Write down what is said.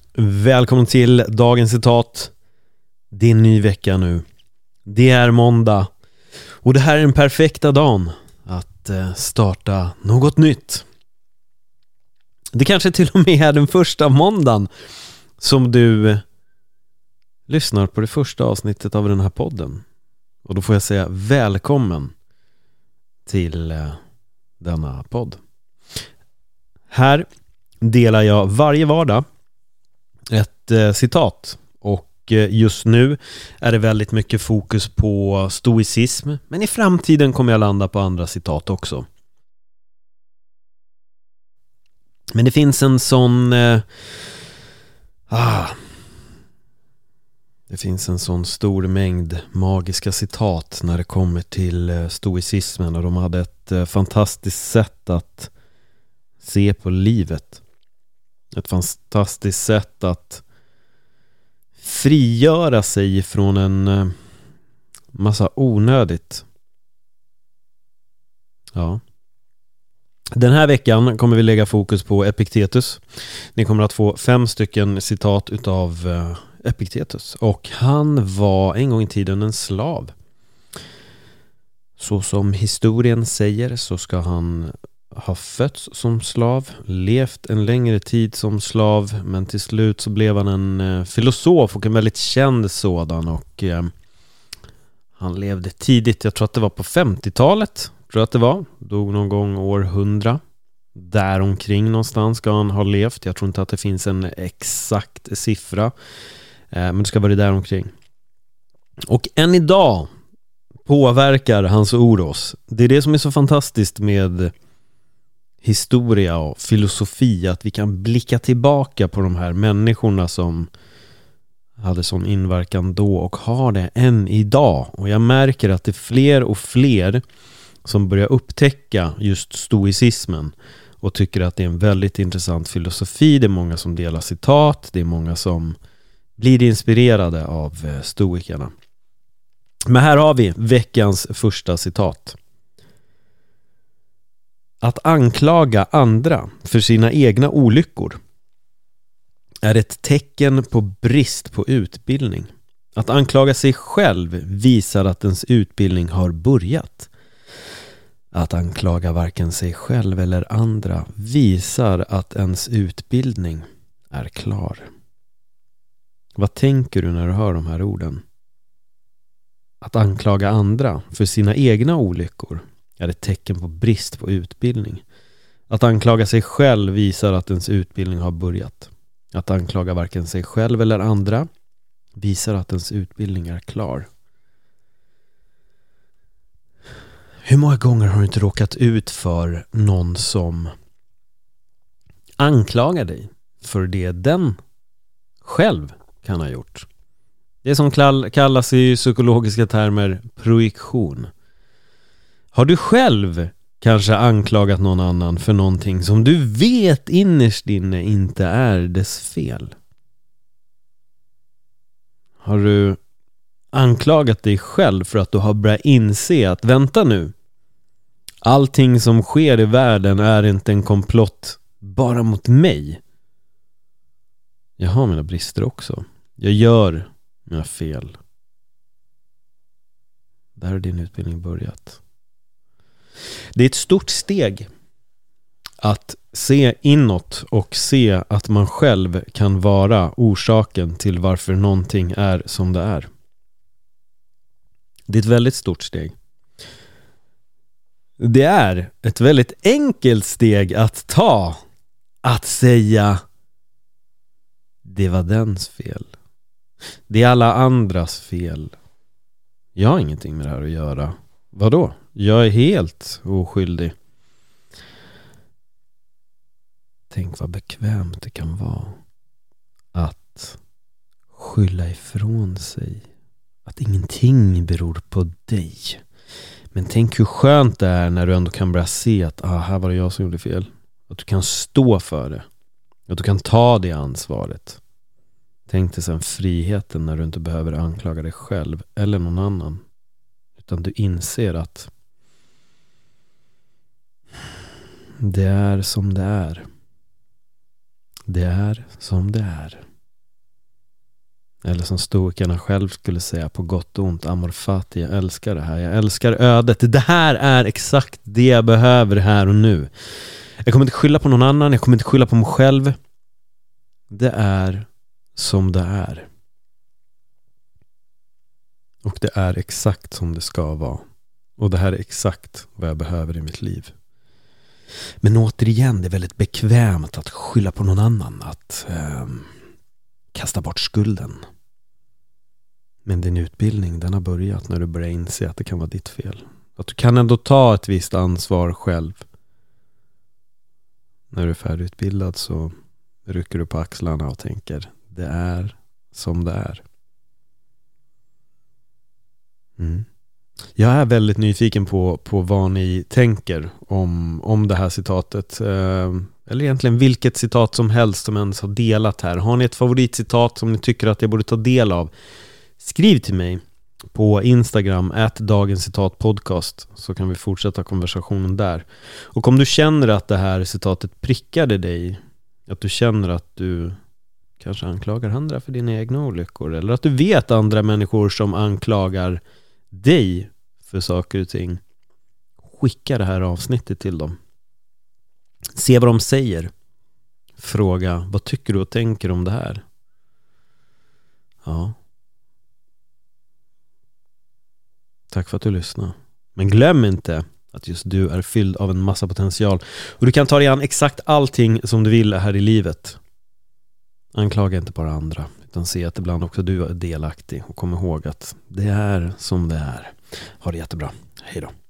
Välkommen till dagens citat. Det är en ny vecka nu. Det är måndag. Och det här är den perfekta dagen att starta något nytt. Det kanske till och med är den första måndagen som du lyssnar på det första avsnittet av den här podden. Och då får jag säga välkommen till denna podd. Här delar jag varje vardag ett citat, och just nu är det väldigt mycket fokus på stoicism, men i framtiden kommer jag landa på andra citat också. Men det finns en sån det finns en sån stor mängd magiska citat när det kommer till stoicismen, och de hade ett fantastiskt sätt att se på livet. Ett fantastiskt sätt att frigöra sig från en massa onödigt. Ja. Den här veckan kommer vi lägga fokus på Epiktetus. Ni kommer att få 5 stycken citat utav Epiktetus. Och han var en gång i tiden en slav. Så som historien säger så ska han ha fötts som slav, levt en längre tid som slav, men till slut så blev han en filosof, och en väldigt känd sådan, och han levde tidigt, jag tror att det var på 50-talet, dog någon gång år 100, däromkring någonstans ska han ha levt. Jag tror inte att det finns en exakt siffra, men det ska vara däromkring. Och än idag påverkar hans ord oss. Det är det som är så fantastiskt med historia och filosofi, att vi kan blicka tillbaka på de här människorna som hade sån inverkan då och har det än idag. Och jag märker att det är fler och fler som börjar upptäcka just stoicismen och tycker att det är en väldigt intressant filosofi. Det är många som delar citat, det är många som blir inspirerade av stoikerna. Men här har vi veckans första citat. Att anklaga andra för sina egna olyckor är ett tecken på brist på utbildning. Att anklaga sig själv visar att ens utbildning har börjat. Att anklaga varken sig själv eller andra visar att ens utbildning är klar. Vad tänker du när du hör de här orden? Att anklaga andra för sina egna olyckor är ett tecken på brist på utbildning. Att anklaga sig själv visar att ens utbildning har börjat. Att anklaga varken sig själv eller andra visar att ens utbildning är klar. Hur många gånger har du inte råkat ut för någon som anklagar dig för det den själv kan ha gjort? Det som kallas i psykologiska termer projektion. Har du själv kanske anklagat någon annan för någonting som du vet innerst inne inte är dess fel? Har du anklagat dig själv för att du har börjat inse att vänta nu, allting som sker i världen är inte en komplott bara mot mig. Jag har mina brister också. Jag gör mina fel. Där har din utbildning börjat. Det är ett stort steg att se inåt och se att man själv kan vara orsaken till varför någonting är som det är. Det är ett väldigt stort steg. Det är ett väldigt enkelt steg att ta, att säga det var dens fel. Det är alla andras fel. Jag har ingenting med det här att göra. Vadå? Jag är helt oskyldig. Tänk vad bekvämt det kan vara att skylla ifrån sig. Att ingenting beror på dig. Men tänk hur skönt det är när du ändå kan börja se att här var det jag som gjorde fel. Att du kan stå för det. Att du kan ta det ansvaret. Tänk dig sen friheten när du inte behöver anklaga dig själv eller någon annan. Utan du inser att det är som det är. Det är som det är. Eller som stoikerna själv skulle säga, på gott och ont, amor fati, jag älskar det här, jag älskar ödet. Det här är exakt det jag behöver här och nu. Jag kommer inte skylla på någon annan, jag kommer inte skylla på mig själv. Det är som det är. Och det är exakt som det ska vara. Och det här är exakt vad jag behöver i mitt liv. Men återigen, det är väldigt bekvämt att skylla på någon annan. Att kasta bort skulden. Men din utbildning, den har börjat när du börjar inse att det kan vara ditt fel. Att du kan ändå ta ett visst ansvar själv. När du är färdigutbildad så rycker du på axlarna och tänker, det är som det är. Jag är väldigt nyfiken på vad ni tänker om det här citatet. Eller egentligen vilket citat som helst som ens har delat här. Har ni ett favoritcitat som ni tycker att jag borde ta del av? Skriv till mig på Instagram @dagenscitatpodcast, så kan vi fortsätta konversationen där. Och om du känner att det här citatet prickade dig, att du känner att du kanske anklagar andra för dina egna olyckor, eller att du vet andra människor som anklagar dig för saker och ting, skicka det här avsnittet till dem. Se vad de säger. Fråga, vad tycker du och tänker om det här? Ja. Tack för att du lyssnade. Men glöm inte att just du är fylld av en massa potential. Och du kan ta dig an exakt allting som du vill här i livet. Anklaga inte bara andra, utan se att ibland också du är delaktig. Och kom ihåg att det är som det är. Ha det jättebra. Hej då.